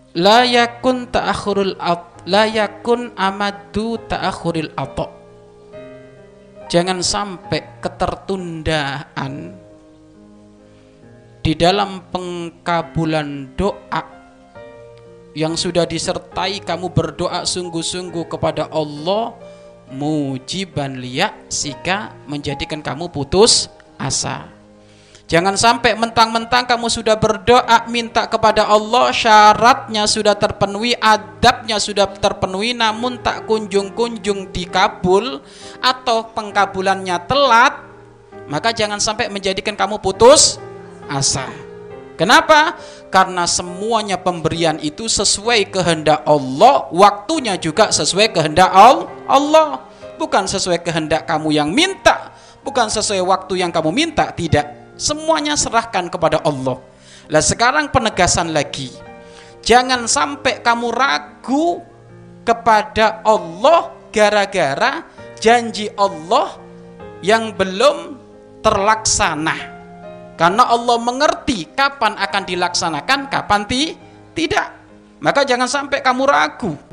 la yakun amadu ta'akhuril ato. Jangan sampai ketertundaan di dalam pengkabulan doa yang sudah disertai kamu berdoa sungguh-sungguh kepada Allah, mujiban liya'sika, menjadikan kamu putus asa. Jangan sampai mentang-mentang kamu sudah berdoa minta kepada Allah, syaratnya sudah terpenuhi, adabnya sudah terpenuhi, namun tak kunjung-kunjung dikabul atau pengkabulannya telat, maka jangan sampai menjadikan kamu putus asa. Kenapa? Karena semuanya pemberian itu sesuai kehendak Allah, waktunya juga sesuai kehendak Allah, bukan sesuai kehendak kamu yang minta, bukan sesuai waktu yang kamu minta, tidak. Semuanya serahkan kepada Allah. Lah sekarang penegasan lagi, jangan sampai kamu ragu kepada Allah gara-gara janji Allah yang belum terlaksana. Karena Allah mengerti kapan akan dilaksanakan, kapan tidak. Maka jangan sampai kamu ragu.